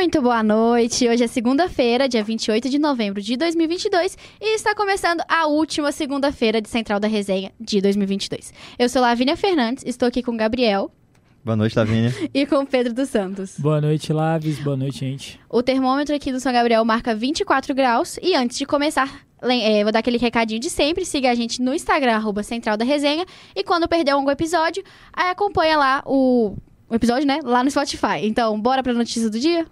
Muito boa noite, hoje é segunda-feira, dia 28 de novembro de 2022 e está começando a última segunda-feira de Central da Resenha de 2022. Eu sou Lavínia Fernandes, estou aqui com o Gabriel. Boa noite, Lavínia. E com o Pedro dos Santos. Boa noite, Lavis. Boa noite, gente. O termômetro aqui do São Gabriel marca 24 graus e antes de começar, vou dar aquele recadinho de sempre, siga a gente no Instagram, @Central da Resenha, e quando perder algum episódio, acompanha lá o episódio, né, lá no Spotify. Então, bora pra notícia do dia?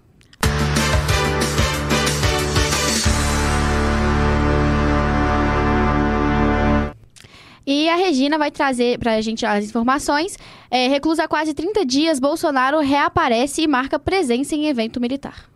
E a Regina vai trazer pra gente as informações. Reclusa há quase 30 dias, Bolsonaro reaparece e marca presença em evento militar.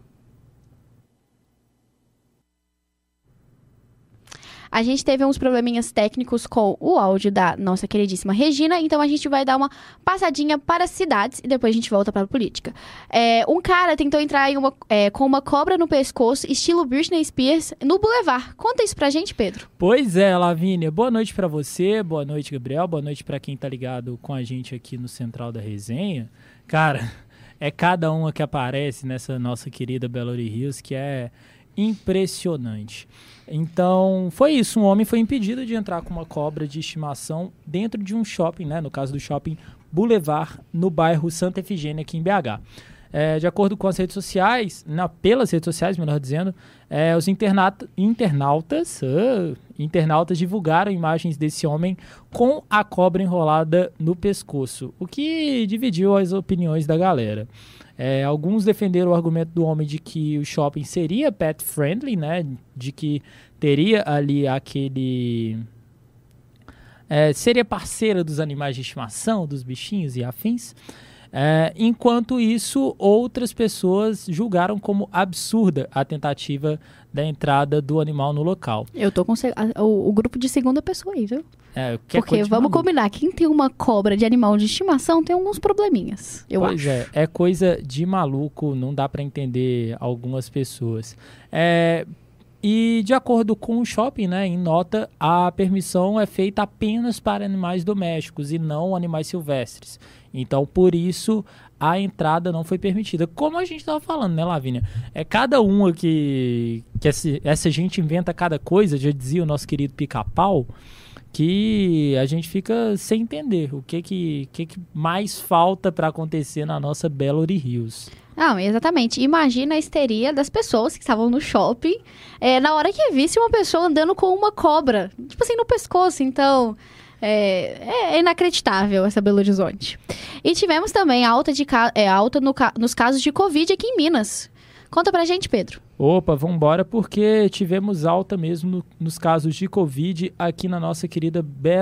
A gente teve uns probleminhas técnicos com o áudio da nossa queridíssima Regina, então a gente vai dar uma passadinha para as cidades e depois a gente volta para a política. Um cara tentou entrar com uma cobra no pescoço, estilo Britney Spears, no Boulevard. Conta isso pra gente, Pedro. Pois é, Lavínia. Boa noite pra você, boa noite, Gabriel, boa noite pra quem tá ligado com a gente aqui no Central da Resenha. Cara, é cada uma que aparece nessa nossa querida Beverly Hills que é impressionante. Então, foi isso. Um homem foi impedido de entrar com uma cobra de estimação dentro de um shopping, né? No caso do shopping Boulevard, no bairro Santa Efigênia, aqui em BH. De acordo com as redes sociais, pelas redes sociais, melhor dizendo, os internautas divulgaram imagens desse homem com a cobra enrolada no pescoço, o que dividiu as opiniões da galera. Alguns defenderam o argumento do homem de que o shopping seria pet friendly, né? De que teria ali seria parceira dos animais de estimação, dos bichinhos e afins. Enquanto isso, outras pessoas julgaram como absurda a tentativa da entrada do animal no local. Eu tô com o grupo de segunda pessoa aí, viu? Porque vamos combinar, quem tem uma cobra de animal de estimação tem alguns probleminhas, eu acho. Pois é coisa de maluco, não dá para entender algumas pessoas. E de acordo com o shopping, né, em nota, a permissão é feita apenas para animais domésticos e não animais silvestres. Então, por isso, a entrada não foi permitida. Como a gente estava falando, né, Lavínia? Cada uma que essa gente inventa cada coisa, já dizia o nosso querido Pica-Pau, que a gente fica sem entender o que mais falta para acontecer na nossa Beverly Hills. Não, exatamente. Imagina a histeria das pessoas que estavam no shopping na hora que visse uma pessoa andando com uma cobra, tipo assim, no pescoço. Então, é inacreditável essa Belo Horizonte. E tivemos também alta nos casos de Covid aqui em Minas. Conta pra gente, Pedro. Opa, vambora, porque tivemos alta mesmo nos casos de Covid aqui na nossa querida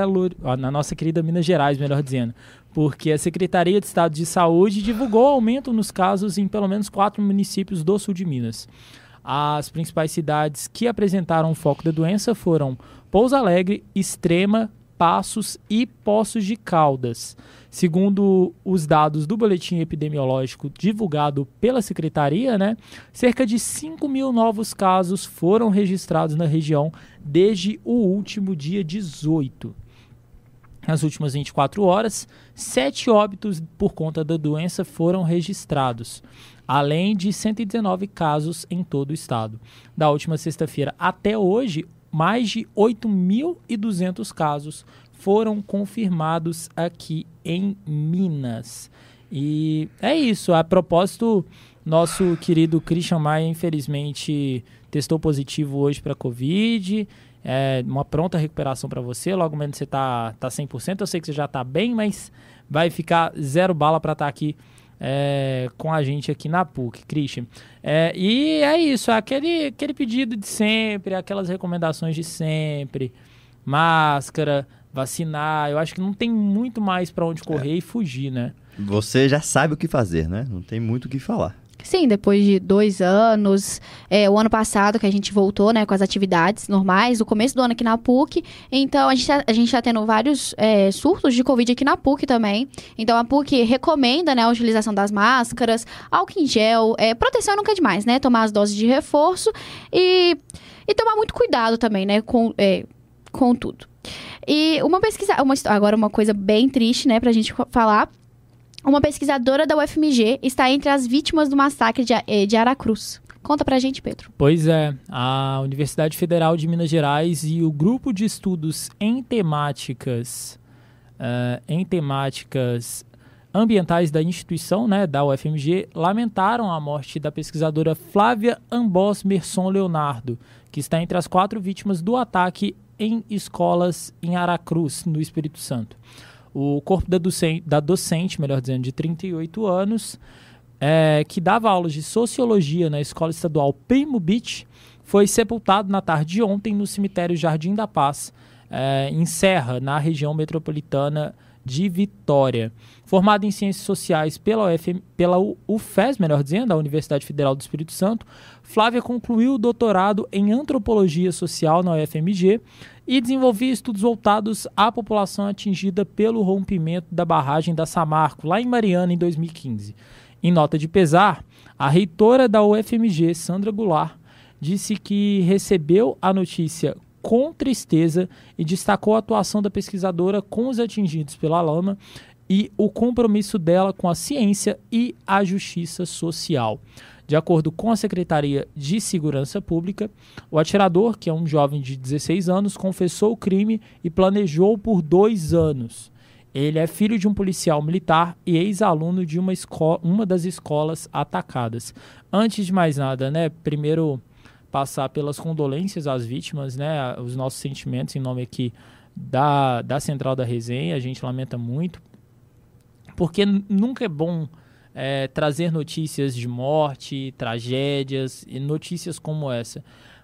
Minas Gerais, melhor dizendo. Porque a Secretaria de Estado de Saúde divulgou aumento nos casos em pelo menos 4 municípios do sul de Minas. As principais cidades que apresentaram o foco da doença foram Pouso Alegre, Extrema, Passos e Poços de Caldas. Segundo os dados do boletim epidemiológico divulgado pela Secretaria, né, cerca de 5.000 novos casos foram registrados na região desde o último dia 18. Nas últimas 24 horas, 7 óbitos por conta da doença foram registrados, além de 119 casos em todo o estado. Da última sexta-feira até hoje, mais de 8.200 casos foram confirmados aqui em Minas. E é isso. A propósito, nosso querido Christian Maia, infelizmente, testou positivo hoje para Covid. Uma pronta recuperação para você. Logo menos você tá 100%. Eu sei que você já está bem, mas vai ficar zero bala para estar aqui com a gente aqui na PUC, Christian. E é isso, aquele pedido de sempre, aquelas recomendações de sempre, máscara, vacinar. Eu acho que não tem muito mais para onde correr e fugir, né? Você já sabe o que fazer, né? Não tem muito o que falar. Sim, depois de 2 anos, o ano passado que a gente voltou, né, com as atividades normais, no começo do ano aqui na PUC, então a gente tá tendo vários surtos de Covid aqui na PUC também, então a PUC recomenda, né, a utilização das máscaras, álcool em gel, proteção nunca é demais, né, tomar as doses de reforço e tomar muito cuidado também, né, com tudo. E uma pesquisa, agora uma coisa bem triste, né, pra gente falar. uma pesquisadora da UFMG está entre as vítimas do massacre de Aracruz. Conta pra gente, Pedro. Pois é, a Universidade Federal de Minas Gerais e o Grupo de Estudos em Temáticas Ambientais da instituição, né, da UFMG, lamentaram a morte da pesquisadora Flávia Ambos Merson Leonardo, que está entre as 4 vítimas do ataque em escolas em Aracruz, no Espírito Santo. O corpo da docente, melhor dizendo, de 38 anos, que dava aulas de sociologia na Escola Estadual Primo Beach, foi sepultado na tarde de ontem no cemitério Jardim da Paz, em Serra, na região metropolitana de Vitória. Formada em Ciências Sociais pela UFES, melhor dizendo, a Universidade Federal do Espírito Santo, Flávia concluiu o doutorado em Antropologia Social na UFMG e desenvolvia estudos voltados à população atingida pelo rompimento da barragem da Samarco, lá em Mariana, em 2015. Em nota de pesar, a reitora da UFMG, Sandra Goulart, disse que recebeu a notícia com tristeza e destacou a atuação da pesquisadora com os atingidos pela lama e o compromisso dela com a ciência e a justiça social. De acordo com a Secretaria de Segurança Pública, o atirador, que é um jovem de 16 anos, confessou o crime e planejou por 2 anos. Ele é filho de um policial militar e ex-aluno de uma das escolas atacadas. Antes de mais nada, né, primeiro passar pelas condolências às vítimas, né, os nossos sentimentos em nome aqui da Central da Resenha. A gente lamenta muito, porque nunca é bom trazer notícias de morte, tragédias e notícias como essa.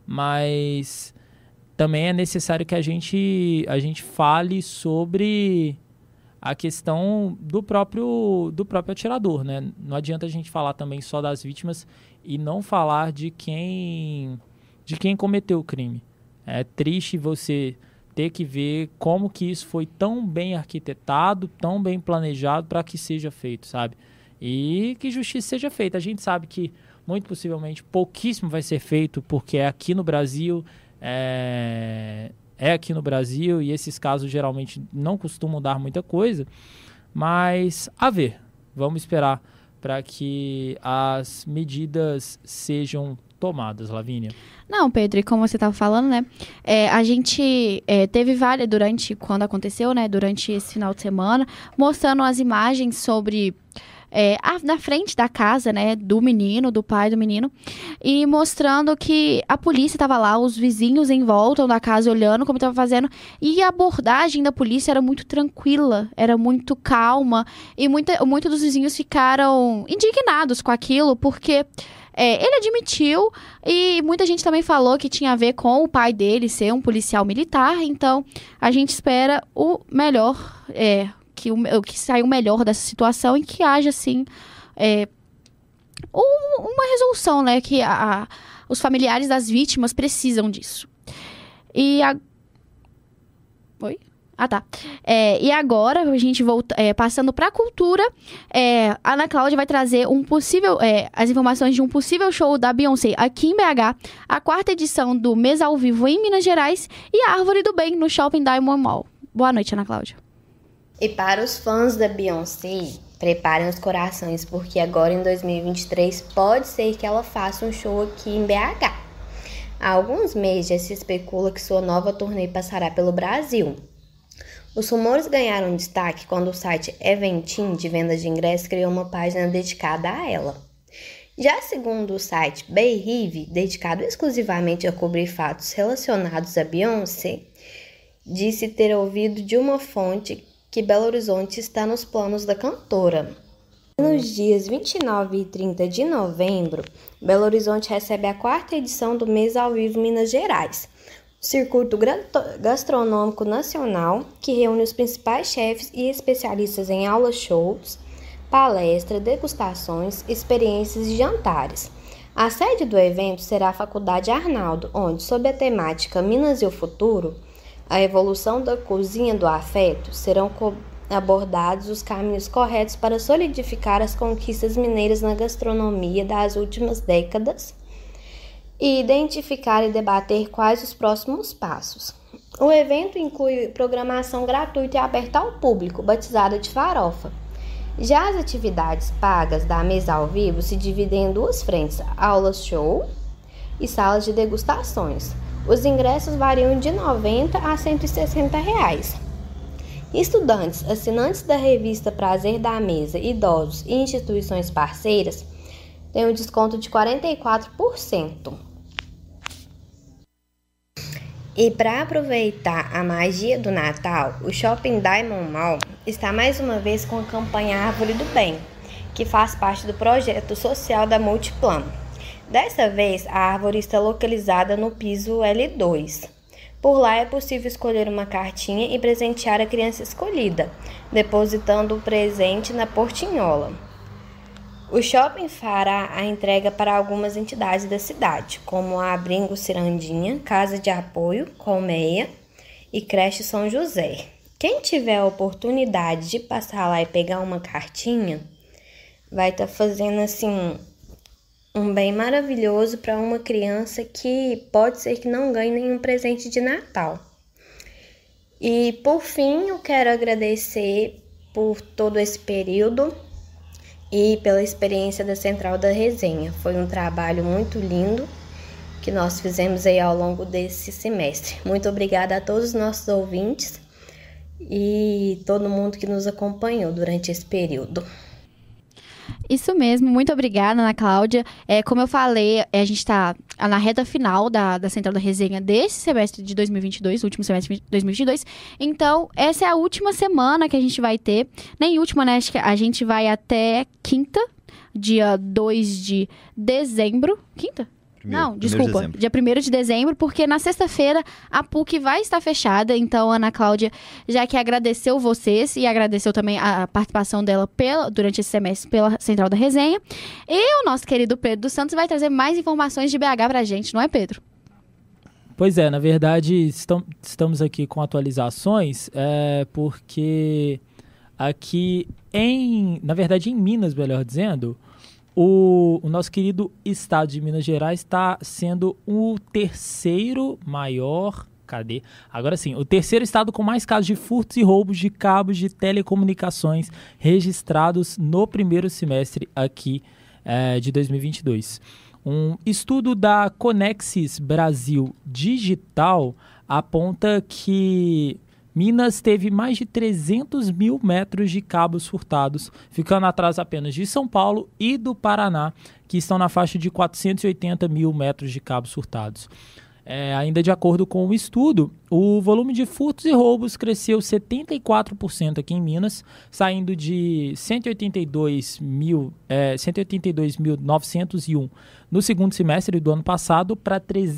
Mas também é necessário que a gente fale sobre a questão do próprio atirador, né? Não adianta a gente falar também só das vítimas e não falar de quem cometeu o crime. É triste você ter que ver como que isso foi tão bem arquitetado, tão bem planejado para que seja feito, sabe? E que justiça seja feita. A gente sabe que, muito possivelmente, pouquíssimo vai ser feito, porque é aqui no Brasil, aqui no Brasil, e esses casos geralmente não costumam dar muita coisa, mas a ver, vamos esperar para que as medidas sejam tomadas, Lavínia. Não, Pedro, e como você estava falando, né, a gente teve várias, quando aconteceu, né, durante esse final de semana, mostrando as imagens sobre na frente da casa, né, do pai do menino, e mostrando que a polícia estava lá, os vizinhos em volta da casa olhando como estava fazendo, e a abordagem da polícia era muito tranquila, era muito calma, e muitos dos vizinhos ficaram indignados com aquilo, porque ele admitiu, e muita gente também falou que tinha a ver com o pai dele ser um policial militar. Então a gente espera o melhor, que saia o melhor dessa situação e que haja, assim, uma resolução, né? Que os familiares das vítimas precisam disso. Oi? Ah, tá. E agora, a gente passando para a cultura, a Ana Cláudia vai trazer as informações de um possível show da Beyoncé aqui em BH, a 4ª edição do Mês ao Vivo em Minas Gerais e a Árvore do Bem no Shopping Diamond Mall. Boa noite, Ana Cláudia. E para os fãs da Beyoncé, preparem os corações, porque agora em 2023 pode ser que ela faça um show aqui em BH. Há alguns meses já se especula que sua nova turnê passará pelo Brasil. Os rumores ganharam destaque quando o site Eventim, de venda de ingressos, criou uma página dedicada a ela. Já segundo o site Beyhive, dedicado exclusivamente a cobrir fatos relacionados a Beyoncé, disse ter ouvido de uma fonte que Belo Horizonte está nos planos da cantora. Nos dias 29 e 30 de novembro, Belo Horizonte recebe a 4ª edição do Mês ao Vivo Minas Gerais, circuito gastronômico nacional que reúne os principais chefes e especialistas em aulas, shows, palestras, degustações, experiências e jantares. A sede do evento será a Faculdade Arnaldo, onde, sob a temática Minas e o Futuro, a evolução da cozinha do afeto, serão abordados os caminhos corretos para solidificar as conquistas mineiras na gastronomia das últimas décadas e identificar e debater quais os próximos passos. O evento inclui programação gratuita e aberta ao público, batizada de Farofa, Já as atividades pagas da mesa ao vivo se dividem em duas frentes, aulas show e salas de degustações. Os ingressos variam de R$ 90 a R$ 160. Estudantes, assinantes da revista Prazer da Mesa, idosos e instituições parceiras têm um desconto de 44%. E para aproveitar a magia do Natal, o Shopping Diamond Mall está mais uma vez com a campanha Árvore do Bem, que faz parte do projeto social da Multiplan. Dessa vez, a árvore está localizada no piso L2. Por lá é possível escolher uma cartinha e presentear a criança escolhida, depositando o presente na portinhola. O shopping fará a entrega para algumas entidades da cidade, como a Abrigo Cirandinha, Casa de Apoio, Colmeia e Creche São José. Quem tiver a oportunidade de passar lá e pegar uma cartinha, vai estar fazendo assim um bem maravilhoso para uma criança que pode ser que não ganhe nenhum presente de Natal. E por fim, eu quero agradecer por todo esse período e pela experiência da Central da Resenha. Foi um trabalho muito lindo que nós fizemos aí ao longo desse semestre. Muito obrigada a todos os nossos ouvintes e todo mundo que nos acompanhou durante esse período. Isso mesmo, muito obrigada, Ana Cláudia. Como eu falei, a gente está na reta final da Central da Resenha desse semestre de 2022, último semestre de 2022. Então, essa é a última semana que a gente vai ter. Nem última, né? Acho que a gente vai até quinta, dia 2 de dezembro. Quinta? Não, desculpa, dia 1º de dezembro, porque na sexta-feira a PUC vai estar fechada. Então, Ana Cláudia, já que agradeceu vocês e agradeceu também a participação dela durante esse semestre pela Central da Resenha. E o nosso querido Pedro dos Santos vai trazer mais informações de BH pra gente, não é, Pedro? Pois é, na verdade, estamos aqui com atualizações, porque aqui na verdade em Minas, melhor dizendo, o nosso querido estado de Minas Gerais está sendo o terceiro maior... Agora sim, o terceiro estado com mais casos de furtos e roubos de cabos de telecomunicações registrados no primeiro semestre aqui de 2022. Um estudo da Conexis Brasil Digital aponta que Minas teve mais de 300 mil metros de cabos furtados, ficando atrás apenas de São Paulo e do Paraná, que estão na faixa de 480 mil metros de cabos furtados. Ainda de acordo com o estudo, o volume de furtos e roubos cresceu 74% aqui em Minas, saindo de 182.901 no segundo semestre do ano passado para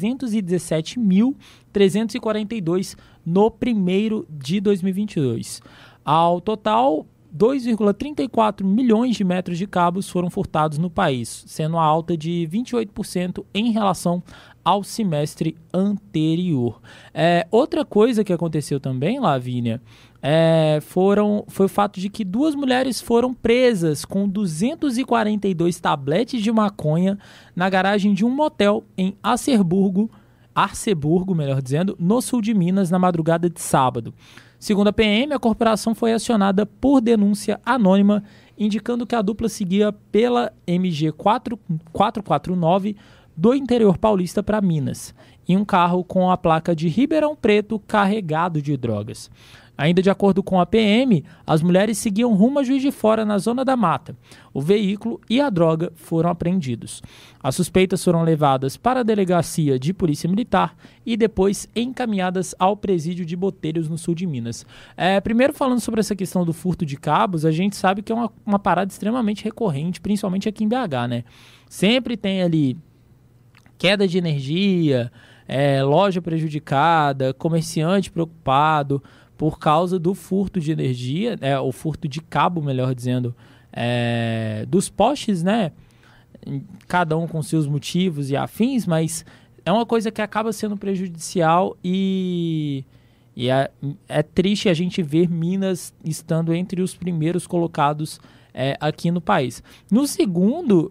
317.342 no primeiro de 2022. Ao total, 2,34 milhões de metros de cabos foram furtados no país, sendo uma alta de 28% em relação ao semestre anterior. Outra coisa que aconteceu também, Lavínia, foi o fato de que 2 mulheres foram presas com 242 tabletes de maconha na garagem de um motel em Arceburgo, melhor dizendo, no sul de Minas, na madrugada de sábado. Segundo a PM, a corporação foi acionada por denúncia anônima, indicando que a dupla seguia pela MG 449 do interior paulista para Minas, em um carro com a placa de Ribeirão Preto carregado de drogas. Ainda de acordo com a PM, as mulheres seguiam rumo a Juiz de Fora, na Zona da Mata. O veículo e a droga foram apreendidos. As suspeitas foram levadas para a delegacia de Polícia Militar e depois encaminhadas ao presídio de Botelhos, no sul de Minas. Primeiro, falando sobre essa questão do furto de cabos, a gente sabe que é uma parada extremamente recorrente, principalmente aqui em BH, né? Sempre tem ali queda de energia, loja prejudicada, comerciante preocupado por causa do furto de energia, o furto de cabo, melhor dizendo, dos postes, né? Cada um com seus motivos e afins, mas é uma coisa que acaba sendo prejudicial e é triste a gente ver Minas estando entre os primeiros colocados aqui no país. No segundo,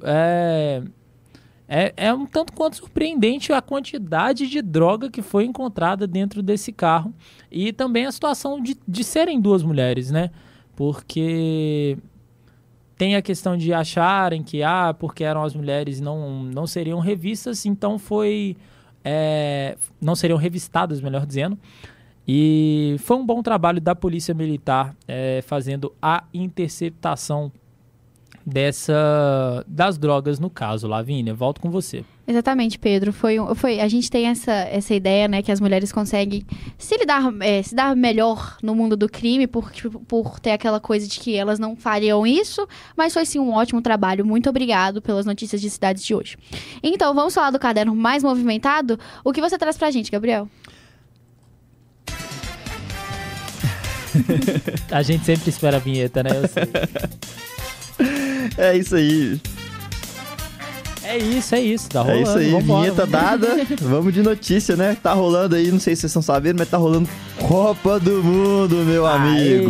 é um tanto quanto surpreendente a quantidade de droga que foi encontrada dentro desse carro e também a situação de serem 2 mulheres, né? Porque Tem a questão de acharem que, porque eram as mulheres, não seriam revistas, então não seriam revistadas, melhor dizendo. E foi um bom trabalho da Polícia Militar fazendo a interceptação das drogas no caso. Lavínia, volto com você. Exatamente, Pedro. A gente tem essa ideia, né, que as mulheres conseguem se dar melhor no mundo do crime por ter aquela coisa de que elas não fariam isso, mas foi sim um ótimo trabalho. Muito obrigado pelas notícias de cidades de hoje. Então, vamos falar do caderno mais movimentado. O que você traz pra gente, Gabriel? A gente sempre espera a vinheta, né? Eu sei. É isso aí. É isso, tá rolando. É isso aí, vambora, vinheta dada. Vamos de notícia, né? Tá rolando aí, não sei se vocês estão sabendo, mas tá rolando Copa do Mundo, meu amigo.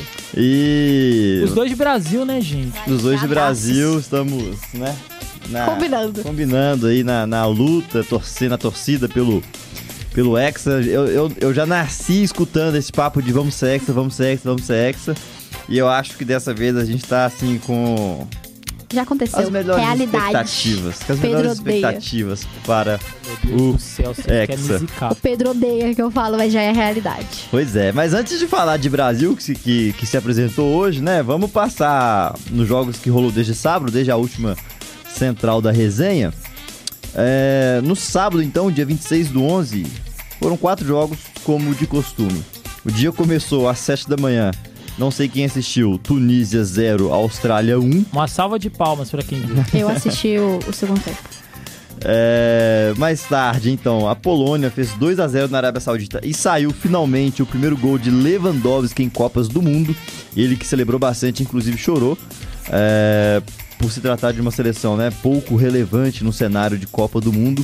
E os dois de Brasil, né, gente? Os dois de Brasil, estamos, né? Combinando aí na luta, na torcida pelo Hexa. Eu já nasci escutando esse papo de vamos ser Hexa. E eu acho que dessa vez a gente tá assim com... Já aconteceu. As melhores expectativas. Expectativas para o céu, Hexa. O Pedro odeia que eu falo, mas já é realidade. Pois é, mas antes de falar de Brasil, que se apresentou hoje, né? Vamos passar nos jogos que rolou desde sábado, desde a última central da resenha. No sábado, então, dia 26/11, foram 4 jogos como de costume. O dia começou às 7 da manhã. Não sei quem assistiu. Tunísia 0, Austrália 1. Uma salva de palmas pra quem viu. Eu assisti o segundo tempo. Mais tarde, então, a Polônia fez 2-0 na Arábia Saudita e saiu finalmente o primeiro gol de Lewandowski em Copas do Mundo. Ele que celebrou bastante, inclusive chorou. Por se tratar de uma seleção, né, pouco relevante no cenário de Copa do Mundo.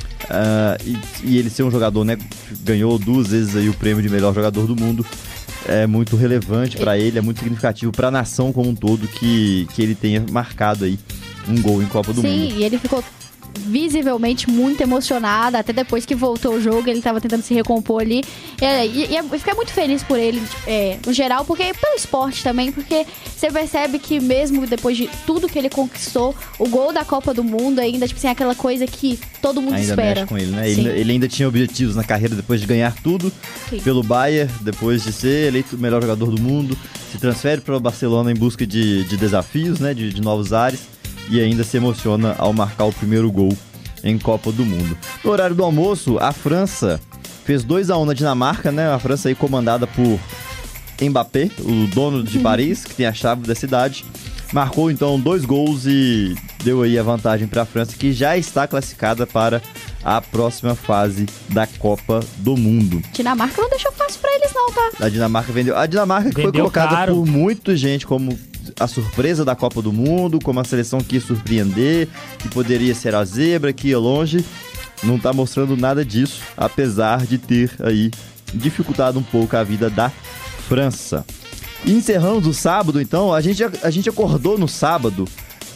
E ele ser um jogador, né, ganhou 2 vezes aí o prêmio de melhor jogador do mundo. É muito relevante para ele, é muito significativo para a nação como um todo que ele tenha marcado aí um gol em Copa do Mundo. Sim, e ele ficou visivelmente muito emocionado, até depois que voltou o jogo, ele estava tentando se recompor ali. E eu fiquei muito feliz por ele, no geral, porque pelo esporte também, porque você percebe que mesmo depois de tudo que ele conquistou, o gol da Copa do Mundo ainda, tipo assim, aquela coisa que todo mundo ainda espera. Mexe com ele, né? Ele ainda tinha objetivos na carreira depois de ganhar tudo. Sim. Pelo Bayern, depois de ser eleito o melhor jogador do mundo, se transfere para o Barcelona em busca de desafios, né? De novos ares. E ainda se emociona ao marcar o primeiro gol em Copa do Mundo. No horário do almoço, a França fez 2-1 na Dinamarca, né? A França aí comandada por Mbappé, o dono de Paris, que tem a chave da cidade. Marcou então 2 gols e deu aí a vantagem para a França, que já está classificada para a próxima fase da Copa do Mundo. Dinamarca não deixou fácil para eles não, tá? A Dinamarca vendeu. A Dinamarca que foi colocada caro por muita gente como a surpresa da Copa do Mundo, como a seleção que ia surpreender, que poderia ser a zebra, que ia longe. Não tá mostrando nada disso, apesar de ter aí dificultado um pouco a vida da França. E encerrando o sábado, então, a gente acordou no sábado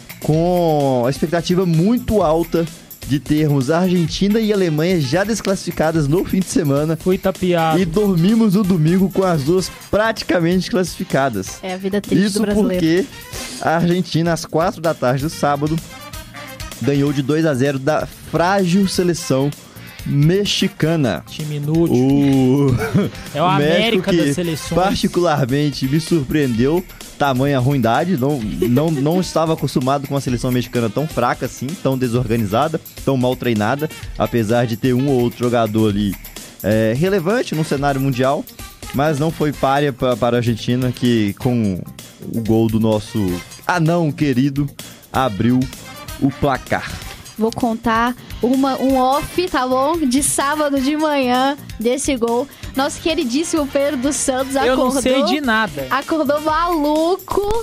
com a expectativa muito alta de termos a Argentina e a Alemanha já desclassificadas no fim de semana. Fui tapeado. E dormimos no domingo com as duas praticamente classificadas. É a vida triste do brasileiro. Isso porque a Argentina, às 4 da tarde do sábado, ganhou de 2-0 da frágil seleção mexicana. Time inútil. É o América México das seleções. Particularmente me surpreendeu tamanha ruindade. Não estava acostumado com uma seleção mexicana tão fraca assim, tão desorganizada, tão mal treinada, apesar de ter um ou outro jogador ali relevante no cenário mundial, mas não foi párea para a Argentina, que com o gol do nosso anão querido abriu o placar. Vou contar um off, tá bom? De sábado de manhã desse gol. Nosso queridíssimo Pedro dos Santos acordou. Eu não sei de nada. Acordou maluco.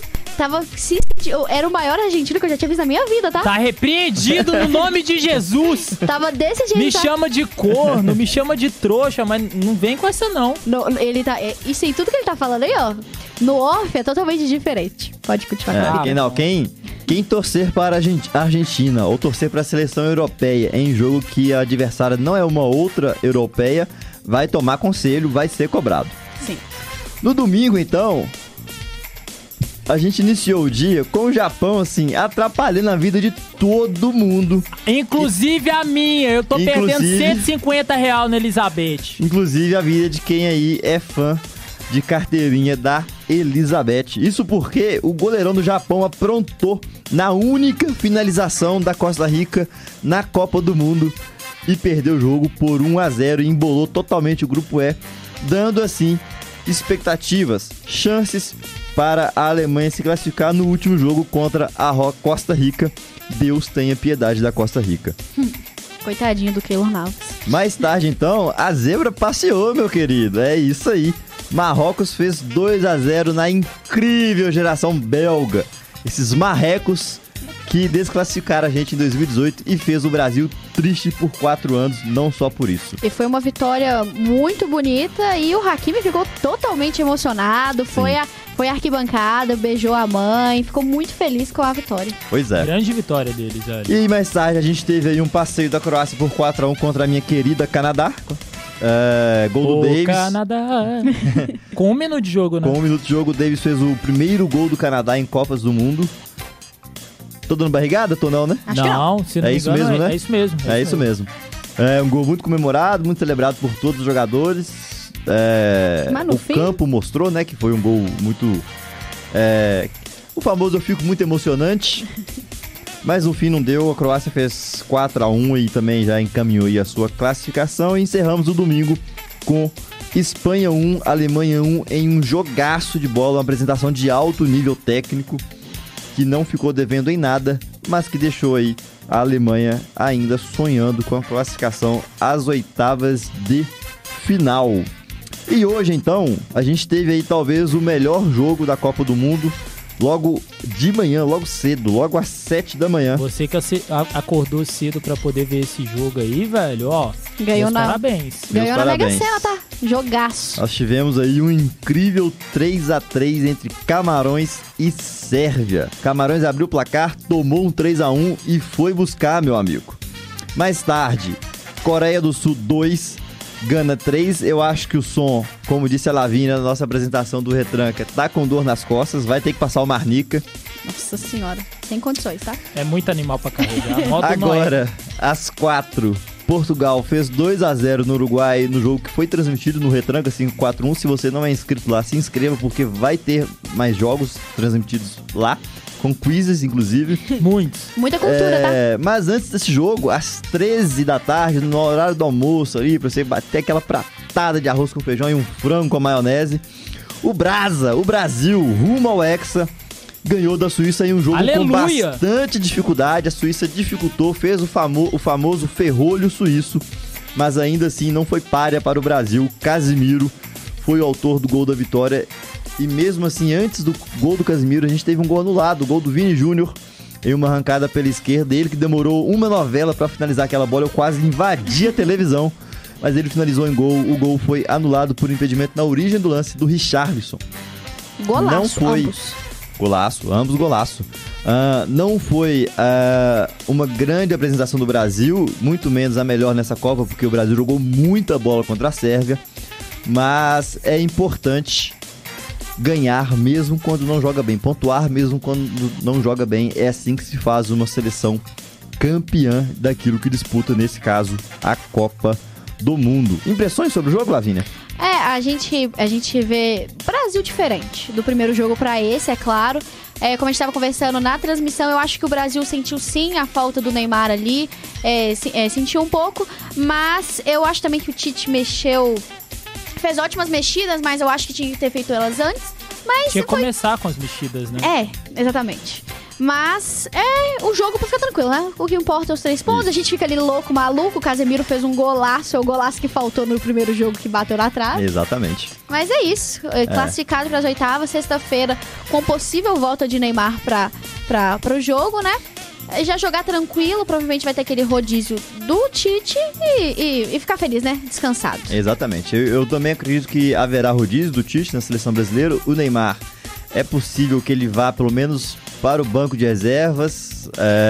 Era o maior argentino que eu já tinha visto na minha vida, tá? Tá repreendido no nome de Jesus. Tava desse jeito. Me chama de corno, me chama de trouxa, mas não vem com essa não. Ele tá. Isso aí, tudo que ele tá falando aí, ó. No off é totalmente diferente. Pode continuar. Quem torcer para a Argentina ou torcer para a seleção europeia em jogo que a adversária não é uma outra europeia, vai tomar conselho, vai ser cobrado. Sim. No domingo, então, a gente iniciou o dia com o Japão, assim, atrapalhando a vida de todo mundo. Inclusive a minha. Eu tô perdendo R$150 na Elizabeth. Inclusive a vida de quem aí é fã de carteirinha da Elizabeth. Isso porque o goleirão do Japão aprontou na única finalização da Costa Rica na Copa do Mundo e perdeu o jogo por 1-0 e embolou totalmente o grupo E, dando assim expectativas, chances para a Alemanha se classificar no último jogo contra a Costa Rica. Deus tenha piedade da Costa Rica. Coitadinho do Keylor Navas. Mais tarde, então, a zebra passeou, meu querido. É isso aí. Marrocos fez 2-0 na incrível geração belga. Esses marrecos que desclassificaram a gente em 2018 e fez o Brasil triste por 4 anos, não só por isso. E foi uma vitória muito bonita e o Hakimi ficou totalmente emocionado. Foi a arquibancada, beijou a mãe, ficou muito feliz com a vitória. Pois é. Grande vitória deles, velho. E mais tarde a gente teve aí um passeio da Croácia por 4-1 contra a minha querida Canadá. Gol do Davis. Canadá. Com 1 minuto de jogo, né? Com 1 minuto de jogo, o Davis fez o primeiro gol do Canadá em Copas do Mundo. Tô dando barrigada? Tô não, né? Acho que não. Se não me engano, mesmo, né? É isso mesmo. É isso mesmo. É um gol muito comemorado, muito celebrado por todos os jogadores. Mas no o fim... campo mostrou, né, que foi um gol muito... o famoso eu fico muito emocionante. Mas no fim não deu, a Croácia fez 4-1 e também já encaminhou aí a sua classificação. E encerramos o domingo com Espanha 1, Alemanha 1 em um jogaço de bola, uma apresentação de alto nível técnico que não ficou devendo em nada, mas que deixou aí a Alemanha ainda sonhando com a classificação às oitavas de final. E hoje, então, a gente teve aí talvez o melhor jogo da Copa do Mundo, logo de manhã, logo cedo, logo às 7 da manhã. Você que acordou cedo pra poder ver esse jogo aí, velho, ó. Ganhou parabéns. Ganhou na Mega Sena, tá? Jogaço. Nós tivemos aí um incrível 3-3 entre Camarões e Sérvia. Camarões abriu o placar, tomou um 3-1 e foi buscar, meu amigo. Mais tarde, Coreia do Sul 2, Gana 3. Eu acho que o som, como disse a Lavínia na nossa apresentação do Retranca, tá com dor nas costas, vai ter que passar o Marnica. Nossa senhora, sem condições, tá? É muito animal pra carregar. Modo Agora, às 4, Portugal fez 2-0 no Uruguai, no jogo que foi transmitido no Retranca 541. Se você não é inscrito lá, se inscreva, porque vai ter mais jogos transmitidos lá, com quizzes, inclusive. Muita cultura, tá? Mas antes desse jogo, às 13 da tarde, no horário do almoço ali, pra você bater aquela pratada de arroz com feijão e um frango com maionese, o Brasil, rumo ao Hexa, ganhou da Suíça em um jogo com bastante dificuldade. A Suíça dificultou, fez o famoso ferrolho suíço, mas ainda assim não foi párea para o Brasil. Casimiro foi o autor do gol da vitória. E mesmo assim, antes do gol do Casimiro, a gente teve um gol anulado, o gol do Vini Júnior, em uma arrancada pela esquerda. Ele que demorou uma novela para finalizar aquela bola, eu quase invadi a televisão, mas ele finalizou em gol. O gol foi anulado por impedimento na origem do lance do Richarlison. Golaço, não foi... ambos. Ambos golaço. Não foi uma grande apresentação do Brasil, muito menos a melhor nessa Copa, porque o Brasil jogou muita bola contra a Sérvia, mas é importante ganhar mesmo quando não joga bem, pontuar mesmo quando não joga bem. É assim que se faz uma seleção campeã daquilo que disputa, nesse caso, a Copa do Mundo. Impressões sobre o jogo, Lavínia? A gente vê Brasil diferente do primeiro jogo para esse, é claro. Como a gente estava conversando na transmissão, eu acho que o Brasil sentiu sim a falta do Neymar ali, sentiu um pouco, mas eu acho também que o Tite fez ótimas mexidas, mas eu acho que tinha que ter feito elas antes. Mas tinha que começar com as mexidas, né? Exatamente. Mas o jogo pra ficar tranquilo, né? O que importa é os 3 pontos. A gente fica ali louco, maluco. O Casemiro fez um golaço. É o golaço que faltou no primeiro jogo que bateu na trave. Exatamente. Mas é isso. Classificado para as oitavas, sexta-feira, com possível volta de Neymar pro jogo, né? Já jogar tranquilo, provavelmente vai ter aquele rodízio do Tite e ficar feliz, né? Descansado. Exatamente. Eu também acredito que haverá rodízio do Tite na seleção brasileira. O Neymar, é possível que ele vá pelo menos para o banco de reservas.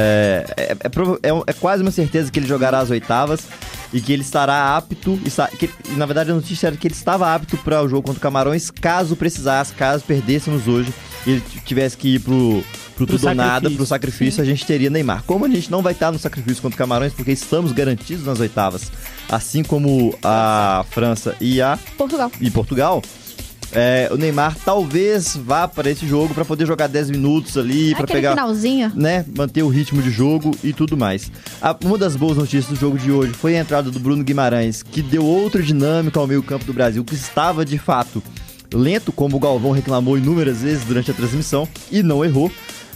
É quase uma certeza que ele jogará as oitavas e que ele estará apto. Na verdade, a notícia era que ele estava apto para o jogo contra o Camarões, caso precisasse, caso perdêssemos hoje. ele tivesse que ir pro tudo ou nada, pro sacrifício, a gente teria Neymar. Como a gente não vai estar no sacrifício contra o Camarões, porque estamos garantidos nas oitavas, assim como a França e Portugal, o Neymar talvez vá para esse jogo para poder jogar 10 minutos ali, para pegar finalzinho, né, manter o ritmo de jogo e tudo mais. Uma das boas notícias do jogo de hoje foi a entrada do Bruno Guimarães, que deu outra dinâmica ao meio-campo do Brasil, que estava de fato lento, como o Galvão reclamou inúmeras vezes durante a transmissão, e não errou.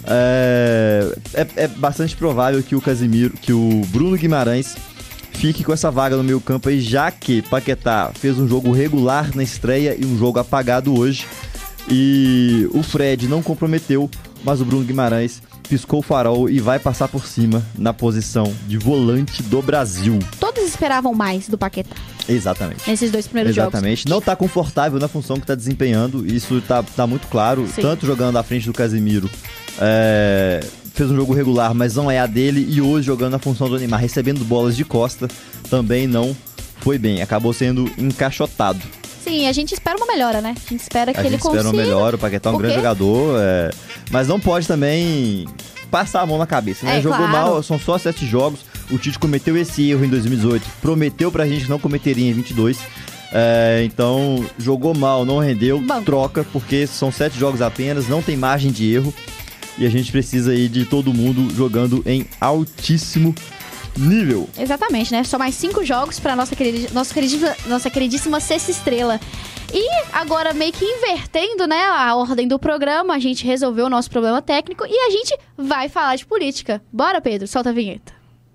É bastante provável que o Bruno Guimarães fique com essa vaga no meio campo aí, já que Paquetá fez um jogo regular na estreia e um jogo apagado hoje. E o Fred não comprometeu, mas o Bruno Guimarães piscou o farol e vai passar por cima na posição de volante do Brasil. Todos esperavam mais do Paquetá. Exatamente. Nesses 2 primeiros jogos. Exatamente. Não está confortável na função que está desempenhando, isso tá muito claro. Sim. Tanto jogando à frente do Casemiro, fez um jogo regular, mas não é a dele. E hoje jogando na função do Neymar, recebendo bolas de costa, também não foi bem. Acabou sendo encaixotado. Sim, a gente espera uma melhora, né? A gente espera que ele consiga. A gente espera uma melhora, o Paquetá é um grande jogador, mas não pode também passar a mão na cabeça, né? Jogou mal, são só 7 jogos. O Tite cometeu esse erro em 2018, prometeu pra gente que não cometeria em 22. Então, jogou mal, não rendeu, troca, porque são 7 jogos apenas, não tem margem de erro. E a gente precisa aí de todo mundo jogando em altíssimo nível. Exatamente, né? Só mais 5 jogos pra nossa queridíssima sexta estrela. E agora, meio que invertendo, né, a ordem do programa, a gente resolveu o nosso problema técnico e a gente vai falar de política. Bora, Pedro, solta a vinheta.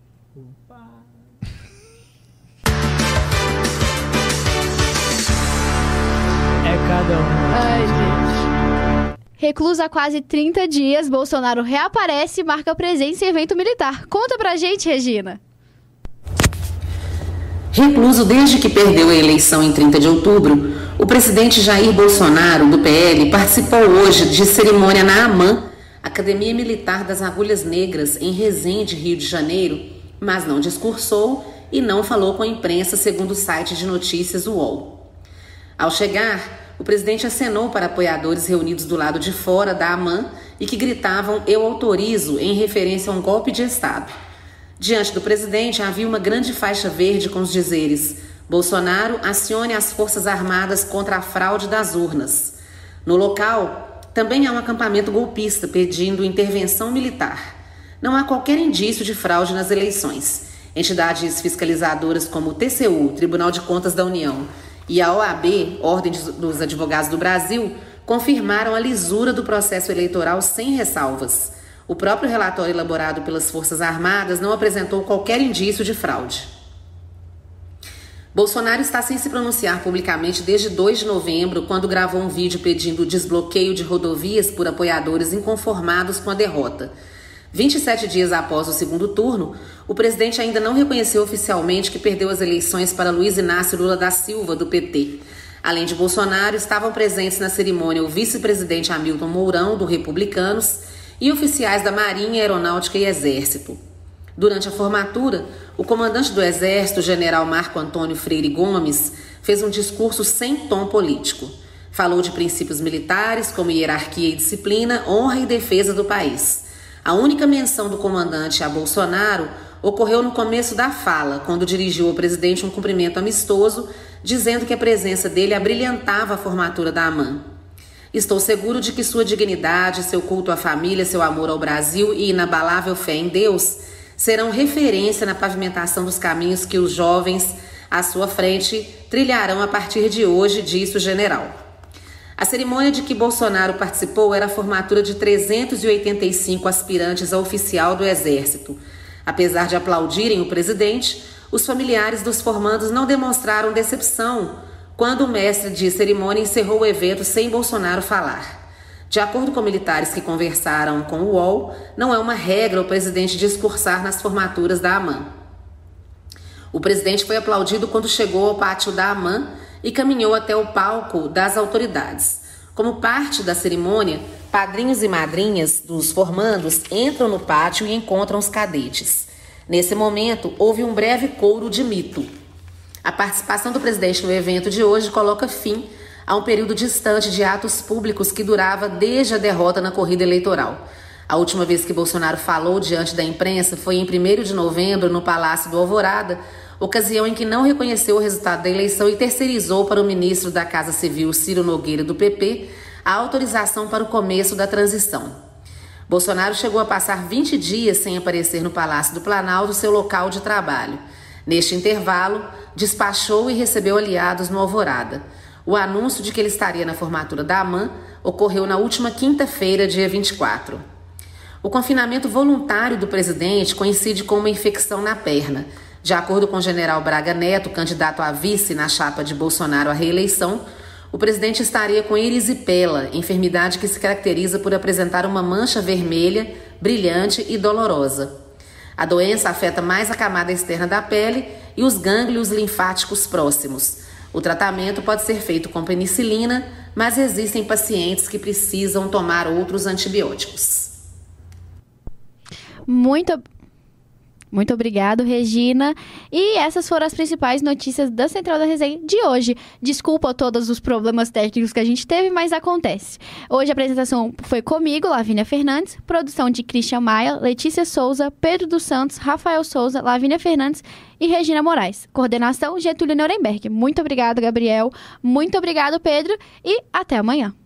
Cada um. Ai, gente. Recluso há quase 30 dias, Bolsonaro reaparece e marca presença em evento militar. Conta pra gente, Regina. Recluso desde que perdeu a eleição em 30 de outubro, o presidente Jair Bolsonaro, do PL, participou hoje de cerimônia na AMAN, Academia Militar das Agulhas Negras, em Resende, Rio de Janeiro, mas não discursou e não falou com a imprensa, segundo o site de notícias UOL. Ao chegar, o presidente acenou para apoiadores reunidos do lado de fora da AMAN e que gritavam "Eu autorizo", em referência a um golpe de Estado. Diante do presidente havia uma grande faixa verde com os dizeres: "Bolsonaro, acione as Forças Armadas contra a fraude das urnas". No local, também há um acampamento golpista pedindo intervenção militar. Não há qualquer indício de fraude nas eleições. Entidades fiscalizadoras como o TCU, Tribunal de Contas da União, e a OAB, Ordem dos Advogados do Brasil, confirmaram a lisura do processo eleitoral sem ressalvas. O próprio relatório elaborado pelas Forças Armadas não apresentou qualquer indício de fraude. Bolsonaro está sem se pronunciar publicamente desde 2 de novembro, quando gravou um vídeo pedindo o desbloqueio de rodovias por apoiadores inconformados com a derrota. 27 dias após o segundo turno, o presidente ainda não reconheceu oficialmente que perdeu as eleições para Luiz Inácio Lula da Silva, do PT. Além de Bolsonaro, estavam presentes na cerimônia o vice-presidente Hamilton Mourão, do Republicanos, e oficiais da Marinha, Aeronáutica e Exército. Durante a formatura, o comandante do Exército, general Marco Antônio Freire Gomes, fez um discurso sem tom político. Falou de princípios militares como hierarquia e disciplina, honra e defesa do país. A única menção do comandante a Bolsonaro ocorreu no começo da fala, quando dirigiu ao presidente um cumprimento amistoso, dizendo que a presença dele abrilhantava a formatura da AMAN. "Estou seguro de que sua dignidade, seu culto à família, seu amor ao Brasil e inabalável fé em Deus serão referência na pavimentação dos caminhos que os jovens à sua frente trilharão a partir de hoje", disse o general. A cerimônia de que Bolsonaro participou era a formatura de 385 aspirantes a oficial do Exército. Apesar de aplaudirem o presidente, os familiares dos formandos não demonstraram decepção quando o mestre de cerimônia encerrou o evento sem Bolsonaro falar. De acordo com militares que conversaram com o UOL, não é uma regra o presidente discursar nas formaturas da AMAN. O presidente foi aplaudido quando chegou ao pátio da AMAN e caminhou até o palco das autoridades. Como parte da cerimônia, padrinhos e madrinhas dos formandos entram no pátio e encontram os cadetes. Nesse momento, houve um breve coro de mito. A participação do presidente no evento de hoje coloca fim a um período distante de atos públicos que durava desde a derrota na corrida eleitoral. A última vez que Bolsonaro falou diante da imprensa foi em 1º de novembro, no Palácio do Alvorada, ocasião em que não reconheceu o resultado da eleição e terceirizou para o ministro da Casa Civil, Ciro Nogueira, do PP, a autorização para o começo da transição. Bolsonaro chegou a passar 20 dias sem aparecer no Palácio do Planalto, seu local de trabalho. Neste intervalo, despachou e recebeu aliados no Alvorada. O anúncio de que ele estaria na formatura da AMAN ocorreu na última quinta-feira, dia 24. O confinamento voluntário do presidente coincide com uma infecção na perna. De acordo com o general Braga Neto, candidato a vice na chapa de Bolsonaro à reeleição, o presidente estaria com erisipela, enfermidade que se caracteriza por apresentar uma mancha vermelha, brilhante e dolorosa. A doença afeta mais a camada externa da pele e os gânglios linfáticos próximos. O tratamento pode ser feito com penicilina, mas existem pacientes que precisam tomar outros antibióticos. Muito obrigado, Regina. E essas foram as principais notícias da Central da Resenha de hoje. Desculpa todos os problemas técnicos que a gente teve, mas acontece. Hoje a apresentação foi comigo, Lavínia Fernandes, produção de Christian Maia, Letícia Souza, Pedro dos Santos, Rafael Souza, Lavínia Fernandes e Regina Moraes. Coordenação, Getúlio Nuremberg. Muito obrigado, Gabriel. Muito obrigado, Pedro. E até amanhã.